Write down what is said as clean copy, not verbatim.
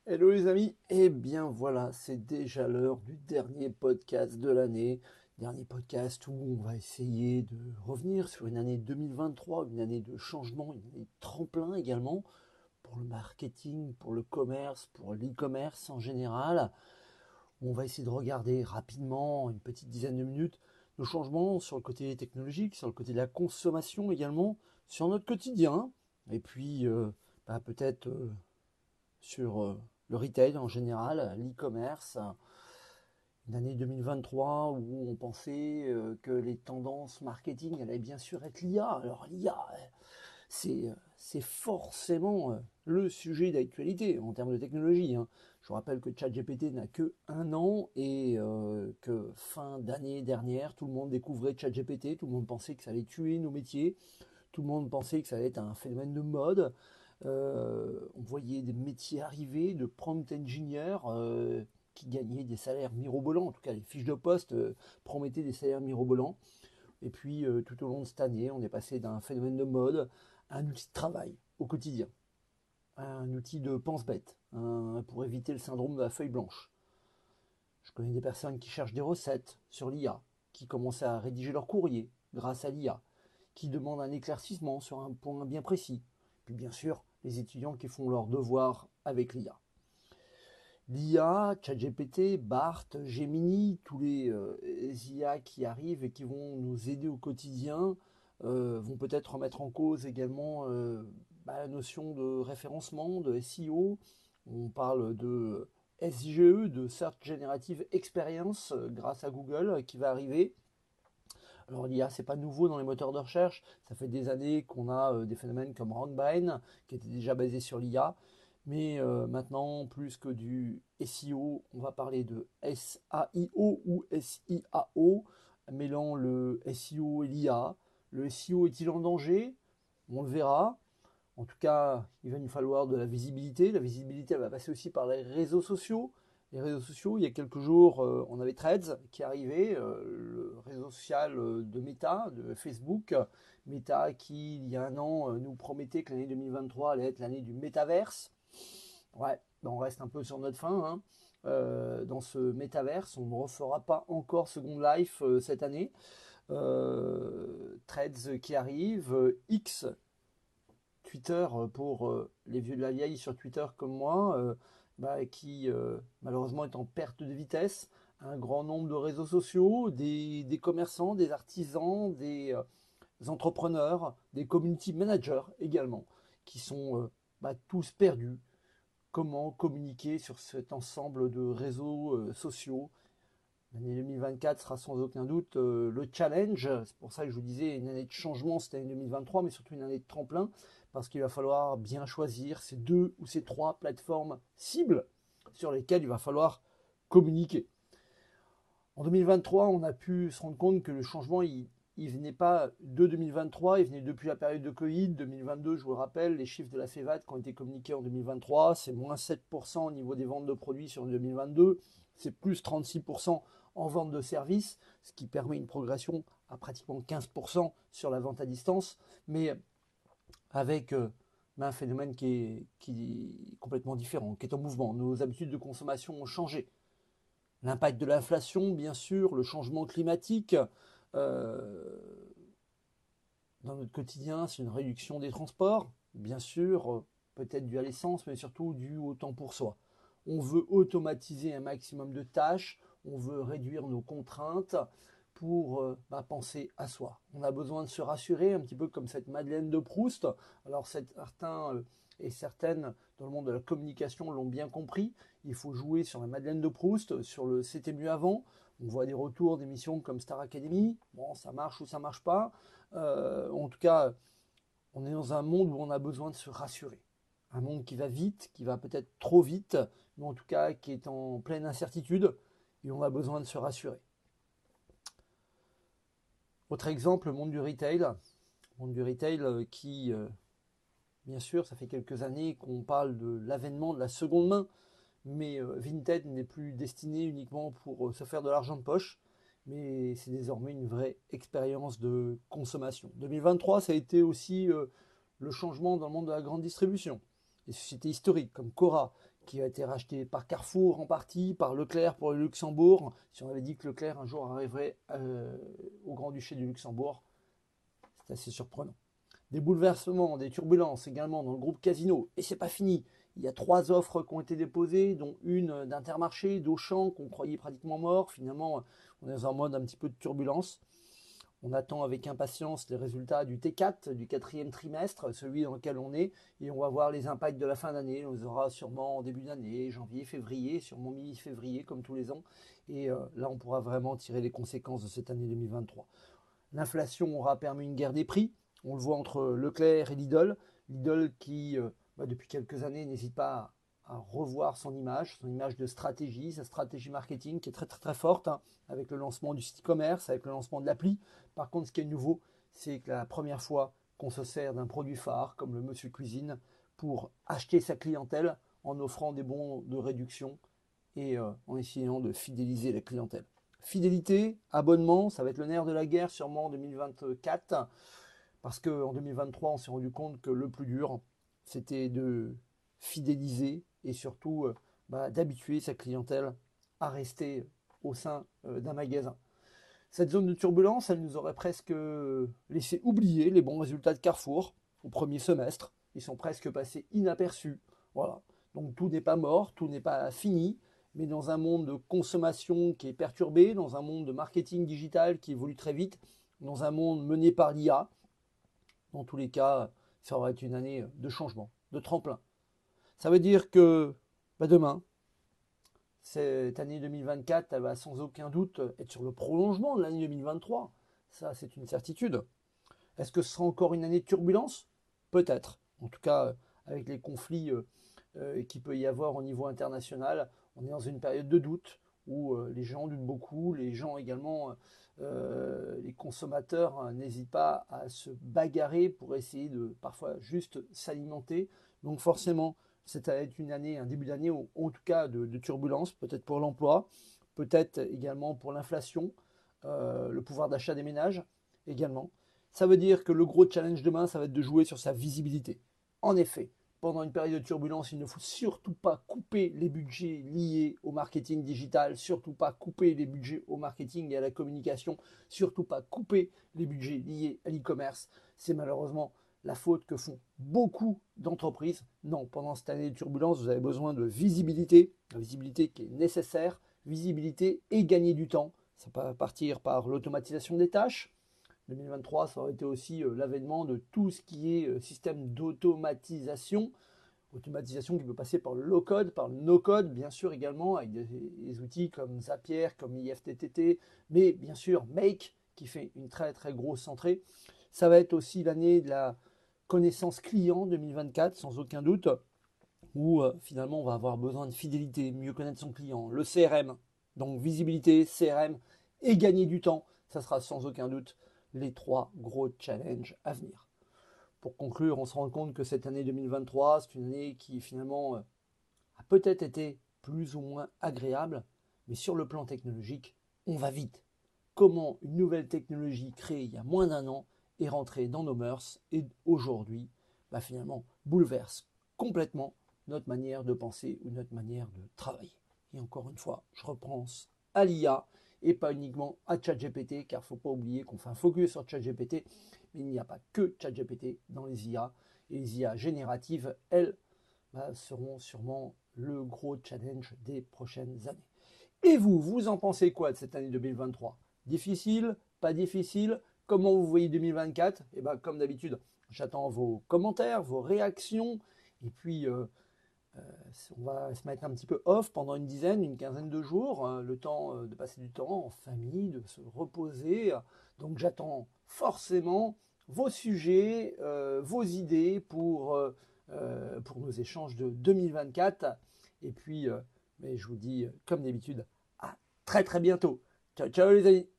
Hello les amis, et bien voilà, c'est déjà l'heure du dernier podcast de l'année. Dernier podcast où on va essayer de revenir sur une année 2023, une année de changement, une année de tremplin également pour le marketing, pour le commerce, pour l'e-commerce en général. On va essayer de regarder rapidement, une petite dizaine de minutes, nos changements sur le côté technologique, sur le côté de la consommation également, sur notre quotidien, et puis peut-être sur le retail en général, l'e-commerce. Une année 2023 où on pensait que les tendances marketing allaient bien sûr être l'IA. Alors l'IA, c'est forcément le sujet d'actualité en termes de technologie, hein. Je vous rappelle que ChatGPT n'a que un an et que fin d'année dernière, tout le monde découvrait ChatGPT, tout le monde pensait que ça allait tuer nos métiers, tout le monde pensait que ça allait être un phénomène de mode. On voyait des métiers arriver, de prompt engineer qui gagnaient des salaires mirobolants. En tout cas, les fiches de poste promettaient des salaires mirobolants. Et puis, tout au long de cette année, on est passé d'un phénomène de mode à un outil de travail au quotidien, un outil de pense-bête pour éviter le syndrome de la feuille blanche. Je connais des personnes qui cherchent des recettes sur l'IA, qui commencent à rédiger leur courrier grâce à l'IA, qui demandent un éclaircissement sur un point bien précis. Puis bien sûr, les étudiants qui font leurs devoirs avec l'IA. L'IA, ChatGPT, BART, Gemini, tous les IA qui arrivent et qui vont nous aider au quotidien vont peut-être remettre en cause également la notion de référencement, de SEO. On parle de SGE, de Search Generative Experience, grâce à Google, qui va arriver. Alors l'IA, c'est pas nouveau dans les moteurs de recherche. Ça fait des années qu'on a des phénomènes comme RankBrain, qui étaient déjà basés sur l'IA. Mais maintenant, plus que du SEO, on va parler de SAIO ou SIAO, mêlant le SEO et l'IA. Le SEO est-il en danger? On le verra. En tout cas, il va nous falloir de la visibilité. La visibilité, elle va passer aussi par les réseaux sociaux. Les réseaux sociaux, il y a quelques jours, on avait Threads qui arrivait, le réseau social de Meta, de Facebook. Meta qui, il y a un an, nous promettait que l'année 2023 allait être l'année du métaverse. Ouais, ben on reste un peu sur notre fin, hein. Dans ce métaverse, on ne refera pas encore Second Life cette année. Threads qui arrive, X, Twitter pour les vieux de la vieille sur Twitter comme moi, qui malheureusement est en perte de vitesse. Un grand nombre de réseaux sociaux, des commerçants, des artisans, des entrepreneurs, des community managers également, qui sont tous perdus. Comment communiquer sur cet ensemble de réseaux sociaux? L'année 2024 sera sans aucun doute le challenge. C'est pour ça que je vous disais une année de changement cette année 2023, mais surtout une année de tremplin, parce qu'il va falloir bien choisir ces deux ou ces trois plateformes cibles sur lesquelles il va falloir communiquer. En 2023, on a pu se rendre compte que le changement, il venait pas de 2023, il venait depuis la période de Covid. 2022, je vous le rappelle, les chiffres de la FEVAD qui ont été communiqués en 2023, c'est moins 7% au niveau des ventes de produits sur 2022, c'est plus 36% en vente de services, ce qui permet une progression à pratiquement 15% sur la vente à distance, mais avec un phénomène qui est complètement différent, qui est en mouvement. Nos habitudes de consommation ont changé. L'impact de l'inflation, bien sûr, le changement climatique. euh, dans notre quotidien, c'est une réduction des transports, bien sûr, peut-être dû à l'essence, mais surtout dû au temps pour soi. On veut automatiser un maximum de tâches, on veut réduire nos contraintes pour penser à soi. On a besoin de se rassurer, un petit peu comme cette Madeleine de Proust. Alors certains et certaines dans le monde de la communication l'ont bien compris. Il faut jouer sur la Madeleine de Proust, sur le c'était mieux avant. On voit des retours d'émissions comme Star Academy. Bon, ça marche ou ça marche pas. En tout cas, on est dans un monde où on a besoin de se rassurer. Un monde qui va vite, qui va peut-être trop vite, mais en tout cas qui est en pleine incertitude, et on a besoin de se rassurer. Autre exemple, le monde du retail. Le monde du retail qui, bien sûr, ça fait quelques années qu'on parle de l'avènement de la seconde main, mais Vinted n'est plus destiné uniquement pour se faire de l'argent de poche, mais c'est désormais une vraie expérience de consommation. 2023, ça a été aussi le changement dans le monde de la grande distribution. Des sociétés historiques comme Cora, qui a été racheté par Carrefour en partie, par Leclerc pour le Luxembourg. Si on avait dit que Leclerc un jour arriverait au Grand-Duché du Luxembourg, c'est assez surprenant. Des bouleversements, des turbulences également dans le groupe Casino. Et c'est pas fini. Il y a 3 offres qui ont été déposées, dont une d'Intermarché, d'Auchan, qu'on croyait pratiquement mort. Finalement, on est dans un mode un petit peu de turbulence. On attend avec impatience les résultats du T4, du 4e trimestre, celui dans lequel on est, et on va voir les impacts de la fin d'année. On les aura sûrement en début d'année, janvier, février, sûrement mi-février, comme tous les ans. Et là, on pourra vraiment tirer les conséquences de cette année 2023. L'inflation aura permis une guerre des prix. On le voit entre Leclerc et Lidl. Lidl qui, depuis quelques années, n'hésite pas à revoir son image de stratégie, sa stratégie marketing qui est très très très forte, hein, avec le lancement du site e-commerce, avec le lancement de l'appli. Par contre, ce qui est nouveau, c'est que la première fois qu'on se sert d'un produit phare comme le Monsieur Cuisine pour acheter sa clientèle en offrant des bons de réduction et en essayant de fidéliser la clientèle. Fidélité, abonnement, ça va être le nerf de la guerre sûrement en 2024, parce qu'en 2023, on s'est rendu compte que le plus dur, c'était de fidéliser et surtout d'habituer sa clientèle à rester au sein d'un magasin. Cette zone de turbulence, elle nous aurait presque laissé oublier les bons résultats de Carrefour au premier semestre. Ils sont presque passés inaperçus. Voilà. Donc tout n'est pas mort, tout n'est pas fini, mais dans un monde de consommation qui est perturbé, dans un monde de marketing digital qui évolue très vite, dans un monde mené par l'IA, dans tous les cas, ça va être une année de changement, de tremplin. Ça veut dire que demain, cette année 2024, elle va sans aucun doute être sur le prolongement de l'année 2023. Ça, c'est une certitude. Est-ce que ce sera encore une année de turbulence? Peut-être. En tout cas, avec les conflits qu'il peut y avoir au niveau international, on est dans une période de doute où les gens doutent beaucoup, les gens également, les consommateurs n'hésitent pas à se bagarrer pour essayer de parfois juste s'alimenter. Donc forcément, c'est à être une année, un début d'année, en tout cas de turbulence, peut-être pour l'emploi, peut-être également pour l'inflation, le pouvoir d'achat des ménages également. Ça veut dire que le gros challenge demain, ça va être de jouer sur sa visibilité. En effet, pendant une période de turbulence, il ne faut surtout pas couper les budgets liés au marketing digital, surtout pas couper les budgets au marketing et à la communication, surtout pas couper les budgets liés à l'e-commerce. C'est malheureusement la faute que font beaucoup d'entreprises. Non, pendant cette année de turbulence, vous avez besoin de visibilité, la visibilité qui est nécessaire, visibilité et gagner du temps. Ça peut partir par l'automatisation des tâches. 2023, ça aurait été aussi l'avènement de tout ce qui est système d'automatisation. Automatisation qui peut passer par le low-code, par le no-code, bien sûr également, avec des outils comme Zapier, comme IFTTT, mais bien sûr Make, qui fait une très très grosse entrée. Ça va être aussi l'année de la connaissance client 2024, sans aucun doute, où finalement on va avoir besoin de fidélité, mieux connaître son client, le CRM, donc visibilité, CRM et gagner du temps, ça sera sans aucun doute les 3 gros challenges à venir. Pour conclure, on se rend compte que cette année 2023, c'est une année qui finalement a peut-être été plus ou moins agréable, mais sur le plan technologique, on va vite. Comment une nouvelle technologie créée il y a moins d'un an est rentrée dans nos mœurs et aujourd'hui, finalement, bouleverse complètement notre manière de penser ou notre manière de travailler. Et encore une fois, je repense à l'IA et pas uniquement à ChatGPT, car il ne faut pas oublier qu'on fait un focus sur ChatGPT, mais il n'y a pas que ChatGPT dans les IA. Et les IA génératives, elles, seront sûrement le gros challenge des prochaines années. Et vous, vous en pensez quoi de cette année 2023? Difficile? Pas difficile? Comment vous voyez 2024? Et comme d'habitude, j'attends vos commentaires, vos réactions, et puis on va se mettre un petit peu off pendant une quinzaine de jours, le temps de passer du temps en famille, de se reposer. Donc j'attends forcément vos sujets, vos idées pour nos échanges de 2024. Et puis, mais je vous dis, comme d'habitude, à très très bientôt. Ciao, ciao les amis!